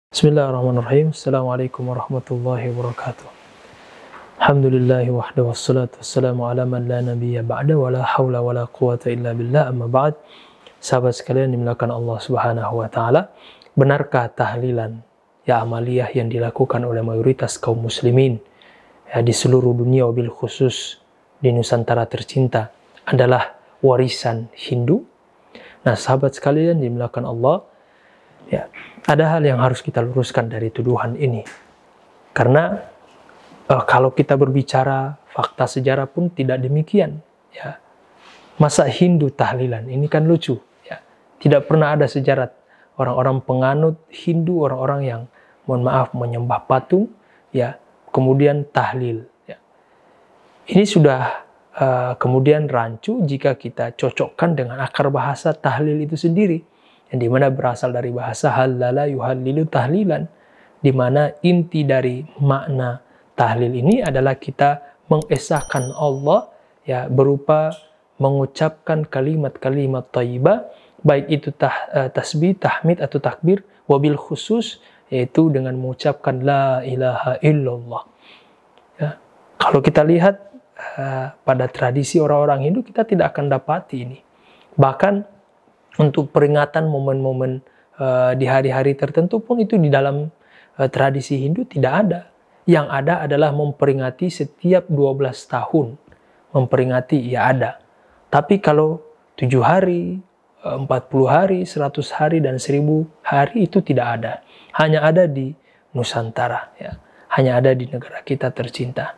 Bismillahirrahmanirrahim. Assalamualaikum warahmatullahi wabarakatuh. Alhamdulillahi wahdahu wassalatu wassalamu ala man la nabiyya ba'da wa la hawla wa la quwata illa billah amma ba'd. Sahabat sekalian dimuliakan Allah Subhanahu wa taala, benarkah tahlilan amaliyah yang dilakukan oleh mayoritas kaum muslimin di seluruh dunia, wabil khusus di Nusantara tercinta, adalah warisan Hindu? Nah, sahabat sekalian dimuliakan Allah, ada hal yang harus kita luruskan dari tuduhan ini. Karena kalau kita berbicara fakta sejarah pun tidak demikian. Masa Hindu tahlilan? Ini kan lucu. Tidak pernah ada sejarah orang-orang penganut Hindu, orang-orang yang, mohon maaf, menyembah patung, kemudian tahlil. Ini sudah kemudian rancu jika kita cocokkan dengan akar bahasa tahlil itu sendiri, yang dimana berasal dari bahasa halala yuhallilu tahlilan, dimana inti dari makna tahlil ini adalah kita mengesahkan Allah berupa mengucapkan kalimat-kalimat thayyibah, baik itu tasbih, tahmid atau takbir, wabil khusus yaitu dengan mengucapkan la ilaha illallah. Kalau kita lihat pada tradisi orang-orang Hindu, kita tidak akan dapati ini. Bahkan untuk peringatan momen-momen di hari-hari tertentu pun itu di dalam tradisi Hindu tidak ada. Yang ada adalah memperingati setiap 12 tahun. Memperingati ada. Tapi kalau 7 hari, 40 hari, 100 hari, dan 1000 hari itu tidak ada. Hanya ada di Nusantara. Hanya ada di negara kita tercinta.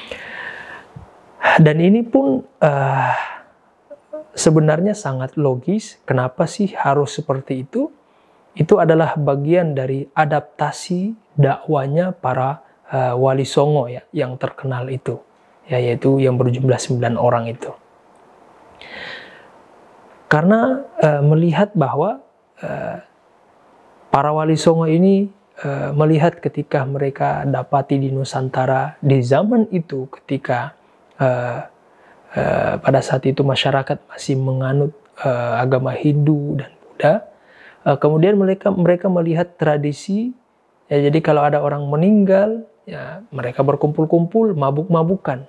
Dan ini pun sebenarnya sangat logis. Kenapa sih harus seperti itu? Itu adalah bagian dari adaptasi dakwanya para wali songo yang terkenal itu, yaitu yang berjumlah 9 orang itu. Karena melihat bahwa para wali songo ini melihat ketika mereka dapati di Nusantara di zaman itu, ketika pada saat itu masyarakat masih menganut agama Hindu dan Buddha. Kemudian mereka melihat tradisi, jadi kalau ada orang meninggal, mereka berkumpul-kumpul, mabuk-mabukan,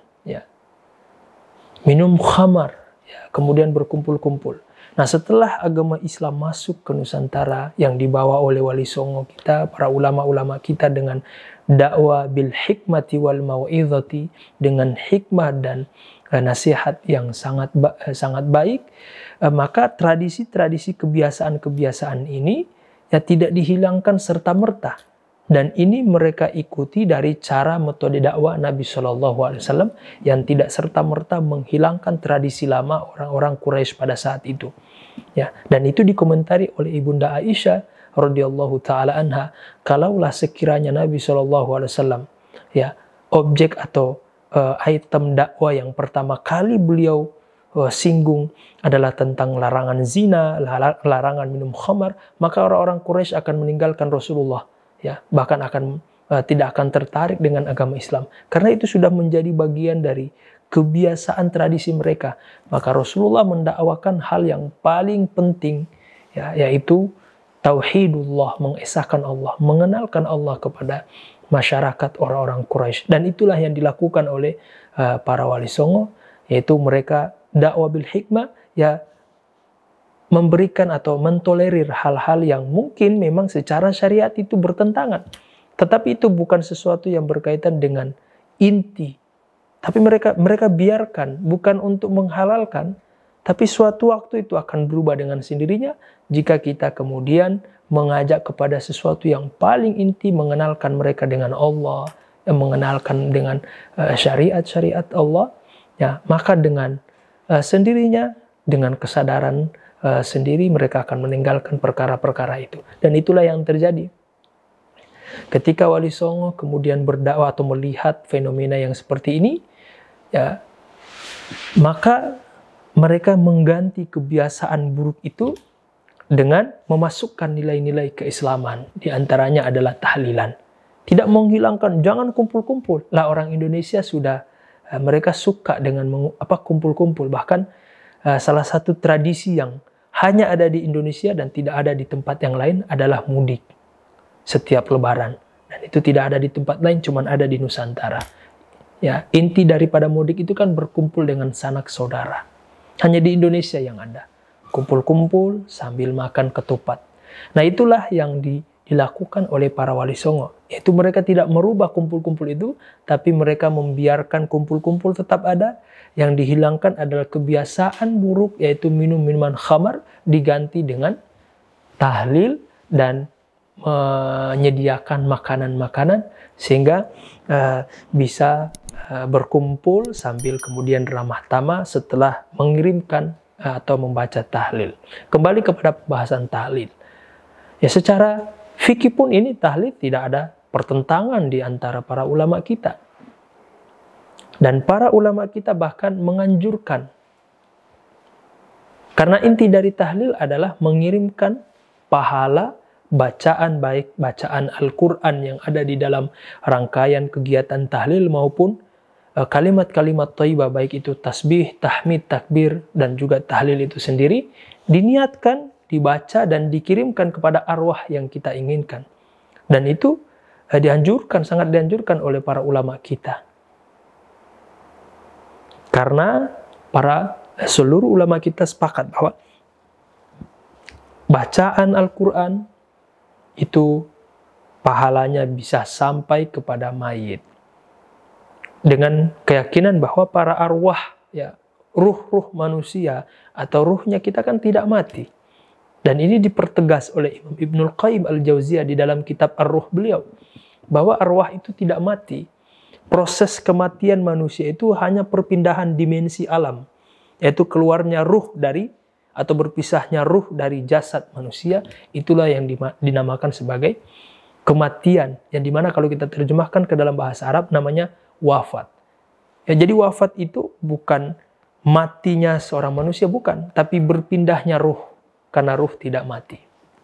minum khamar, kemudian berkumpul-kumpul. Nah, setelah agama Islam masuk ke Nusantara yang dibawa oleh wali songo kita, para ulama-ulama kita, dengan dakwah bil hikmati wal mau'izati, dengan hikmah dan nasihat yang sangat baik, maka tradisi-tradisi, kebiasaan-kebiasaan ini tidak dihilangkan serta-merta. Dan ini mereka ikuti dari cara metode dakwah Nabi SAW yang tidak serta-merta menghilangkan tradisi lama orang-orang Quraisy pada saat itu. Dan itu dikomentari oleh Ibunda Aisyah radhiyallahu taala anha, kalaulah sekiranya Nabi SAW objek atau item dakwah yang pertama kali beliau singgung adalah tentang larangan zina, larangan minum khamar, maka orang-orang Quraisy akan meninggalkan Rasulullah, bahkan tidak akan tertarik dengan agama Islam, karena itu sudah menjadi bagian dari kebiasaan tradisi mereka. Maka Rasulullah mendakwakan hal yang paling penting, yaitu tauhidullah, mengesahkan Allah, mengenalkan Allah kepada masyarakat orang-orang Quraisy. Dan itulah yang dilakukan oleh para wali songo, yaitu mereka dakwah bil hikmah, memberikan atau mentolerir hal-hal yang mungkin memang secara syariat itu bertentangan. Tetapi itu bukan sesuatu yang berkaitan dengan inti. Tapi mereka biarkan, bukan untuk menghalalkan, tapi suatu waktu itu akan berubah dengan sendirinya jika kita kemudian mengajak kepada sesuatu yang paling inti, mengenalkan mereka dengan Allah, mengenalkan dengan syariat-syariat Allah, maka dengan sendirinya, dengan kesadaran sendiri, mereka akan meninggalkan perkara-perkara itu. Dan itulah yang terjadi. Ketika wali songo kemudian berdakwah atau melihat fenomena yang seperti ini, maka mereka mengganti kebiasaan buruk itu dengan memasukkan nilai-nilai keislaman. Di antaranya adalah tahlilan. Tidak menghilangkan, jangan kumpul-kumpul. Lah, orang Indonesia sudah, mereka suka dengan kumpul-kumpul. Bahkan salah satu tradisi yang hanya ada di Indonesia dan tidak ada di tempat yang lain adalah mudik. setiap lebaran. Dan itu tidak ada di tempat lain, cuma ada di Nusantara. Ya, inti daripada mudik itu kan berkumpul dengan sanak saudara. Hanya di Indonesia yang ada. Kumpul-kumpul sambil makan ketupat. Nah, itulah yang dilakukan oleh para wali songo. Yaitu mereka tidak merubah kumpul-kumpul itu, tapi mereka membiarkan kumpul-kumpul tetap ada. Yang dihilangkan adalah kebiasaan buruk, yaitu minum minuman khamar, diganti dengan tahlil dan menyediakan makanan-makanan sehingga bisa berkumpul sambil kemudian ramah tamah setelah mengirimkan atau membaca tahlil. Kembali kepada pembahasan tahlil. Ya, secara fikih pun ini tahlil tidak ada pertentangan di antara para ulama kita. Dan para ulama kita bahkan menganjurkan. Karena inti dari tahlil adalah mengirimkan pahala bacaan, baik bacaan Al-Quran yang ada di dalam rangkaian kegiatan tahlil maupun kalimat-kalimat thayyibah, baik itu tasbih, tahmid, takbir, dan juga tahlil itu sendiri, diniatkan, dibaca, dan dikirimkan kepada arwah yang kita inginkan. Dan itu dianjurkan, sangat dianjurkan oleh para ulama kita. Karena seluruh ulama kita sepakat bahwa bacaan Al-Quran itu pahalanya bisa sampai kepada mayit. Dengan keyakinan bahwa para arwah, ya, ruh-ruh manusia atau ruhnya kita kan tidak mati. Dan ini dipertegas oleh Imam Ibnul Qayyim Al-Jauziyah di dalam kitab Ar-Ruh beliau. Bahwa arwah itu tidak mati. Proses kematian manusia itu hanya perpindahan dimensi alam. Yaitu keluarnya ruh dari, atau berpisahnya ruh dari jasad manusia. Itulah yang dinamakan sebagai kematian. Yang dimana kalau kita terjemahkan ke dalam bahasa Arab namanya wafat. Ya, jadi wafat itu bukan matinya seorang manusia, bukan. Tapi berpindahnya ruh. Karena ruh tidak mati.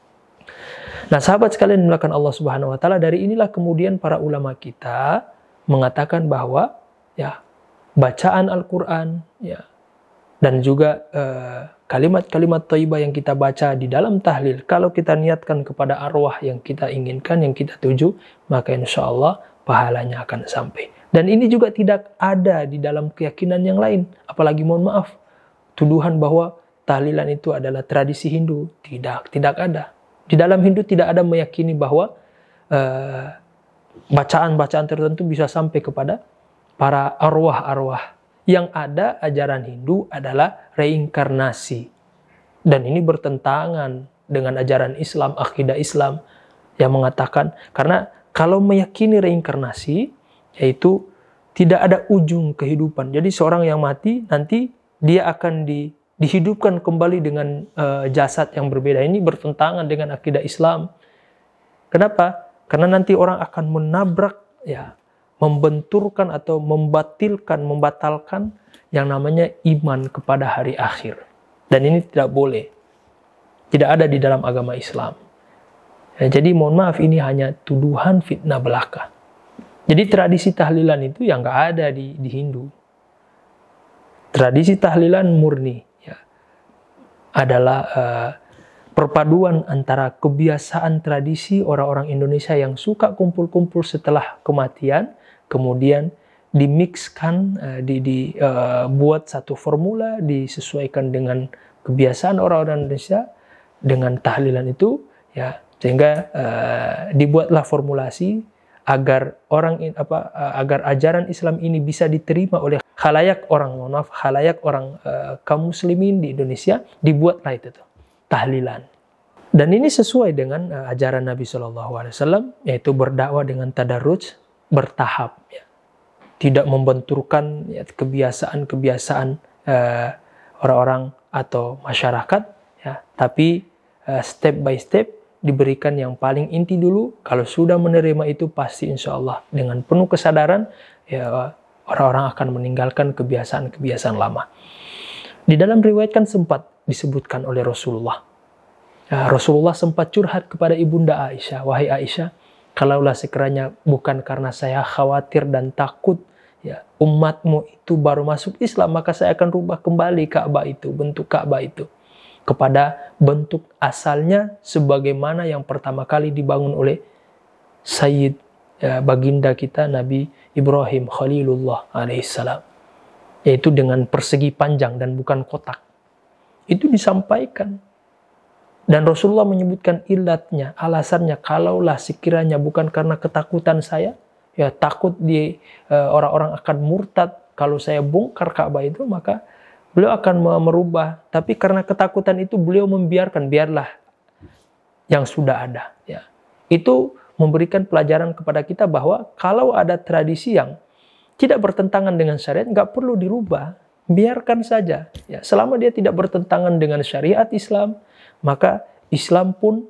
Nah, sahabat sekalian dimulakan Allah Subhanahu wa taala, dari inilah kemudian para ulama kita mengatakan bahwa ya, bacaan Al-Qur'an, ya, dan juga kalimat-kalimat thayyibah yang kita baca di dalam tahlil, kalau kita niatkan kepada arwah yang kita inginkan, yang kita tuju, maka insya Allah pahalanya akan sampai. Dan ini juga tidak ada di dalam keyakinan yang lain. Apalagi mohon maaf, tuduhan bahwa tahlilan itu adalah tradisi Hindu. Tidak ada. Di dalam Hindu tidak ada meyakini bahwa bacaan-bacaan tertentu bisa sampai kepada para arwah-arwah. Yang ada ajaran Hindu adalah reinkarnasi. Dan ini bertentangan dengan ajaran Islam, akidah Islam yang mengatakan, karena kalau meyakini reinkarnasi, yaitu tidak ada ujung kehidupan. Jadi seorang yang mati, nanti dia akan dihidupkan kembali dengan jasad yang berbeda. Ini bertentangan dengan akidah Islam. Kenapa? Karena nanti orang akan menabrak, ya, membenturkan atau membatalkan yang namanya iman kepada hari akhir. Dan ini tidak boleh. Tidak ada di dalam agama Islam. Ya, jadi mohon maaf, ini hanya tuduhan fitnah belaka. Jadi tradisi tahlilan itu yang nggak ada di Hindu. Tradisi tahlilan murni, ya, adalah perpaduan antara kebiasaan tradisi orang-orang Indonesia yang suka kumpul-kumpul setelah kematian, kemudian dimixkan, dibuat satu formula, disesuaikan dengan kebiasaan orang-orang Indonesia dengan tahlilan itu, ya, sehingga dibuatlah formulasi agar agar ajaran Islam ini bisa diterima oleh khalayak orang kaum muslimin di Indonesia, dibuatlah itu tuh, tahlilan. Dan ini sesuai dengan ajaran Nabi SAW, yaitu berdakwah dengan tadarruj, bertahap, ya. Tidak membenturkan, ya, kebiasaan-kebiasaan orang-orang atau masyarakat, ya, tapi step by step diberikan yang paling inti dulu. Kalau sudah menerima itu, pasti insya Allah dengan penuh kesadaran, ya, orang-orang akan meninggalkan kebiasaan-kebiasaan lama. Di dalam riwayat kan sempat disebutkan oleh Rasulullah. Rasulullah sempat curhat kepada ibunda Aisyah, wahai Aisyah, kalaulah sekiranya bukan karena saya khawatir dan takut, ya, umatmu itu baru masuk Islam, maka saya akan rubah kembali Ka'bah itu, bentuk Ka'bah itu, kepada bentuk asalnya sebagaimana yang pertama kali dibangun oleh Sayyid, baginda kita Nabi Ibrahim Khalilullah alaihissalam, yaitu dengan persegi panjang dan bukan kotak. Itu disampaikan. Dan Rasulullah menyebutkan ilatnya, alasannya, kalaulah sekiranya bukan karena ketakutan saya, ya takut orang-orang akan murtad kalau saya bongkar Ka'bah itu, maka beliau akan merubah. Tapi karena ketakutan itu beliau membiarkan, biarlah yang sudah ada. Ya. Itu memberikan pelajaran kepada kita bahwa kalau ada tradisi yang tidak bertentangan dengan syariat, nggak perlu dirubah, biarkan saja. Ya, selama dia tidak bertentangan dengan syariat Islam, maka Islam pun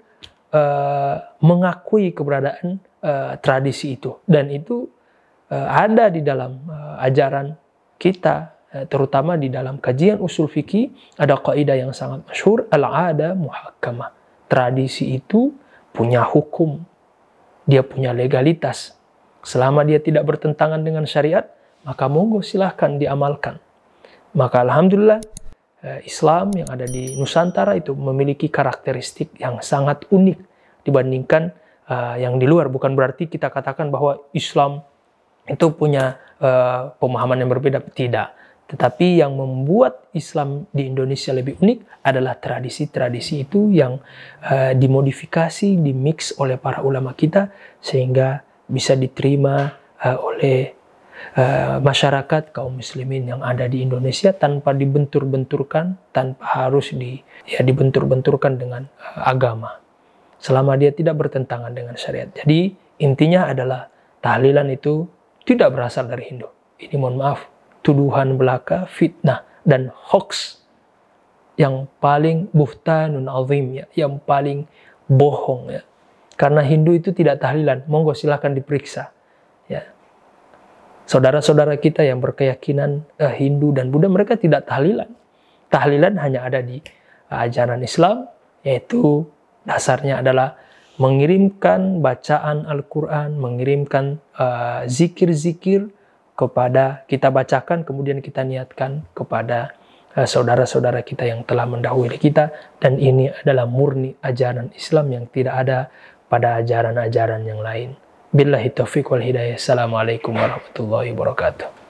mengakui keberadaan tradisi itu. Dan itu ada di dalam ajaran kita, terutama di dalam kajian usul fikih, ada kaidah yang sangat masyhur, al-'ada muhakkamah. Tradisi itu punya hukum, dia punya legalitas. Selama dia tidak bertentangan dengan syariat, maka monggo silahkan diamalkan. Maka alhamdulillah, Islam yang ada di Nusantara itu memiliki karakteristik yang sangat unik dibandingkan yang di luar. Bukan berarti kita katakan bahwa Islam itu punya pemahaman yang berbeda, tidak. Tetapi yang membuat Islam di Indonesia lebih unik adalah tradisi-tradisi itu yang dimodifikasi, dimix oleh para ulama kita sehingga bisa diterima oleh masyarakat kaum muslimin yang ada di Indonesia tanpa dibentur-benturkan, tanpa harus dibentur-benturkan dengan agama. Selama dia tidak bertentangan dengan syariat. Jadi intinya adalah tahlilan itu tidak berasal dari Hindu. Ini mohon maaf, tuduhan belaka, fitnah dan hoax yang paling buhtanun azim, ya, yang paling bohong, ya. Karena Hindu itu tidak tahlilan, monggo silahkan diperiksa, ya. Saudara-saudara kita yang berkeyakinan Hindu dan Buddha, mereka tidak tahlilan. Tahlilan hanya ada di ajaran Islam, yaitu dasarnya adalah mengirimkan bacaan Al-Quran, mengirimkan zikir-zikir kepada kita bacakan, kemudian kita niatkan kepada saudara-saudara kita yang telah mendahului kita. Dan ini adalah murni ajaran Islam yang tidak ada pada ajaran-ajaran yang lain. Billahi taufiq wal hidayah. Assalamualaikum warahmatullahi wabarakatuh.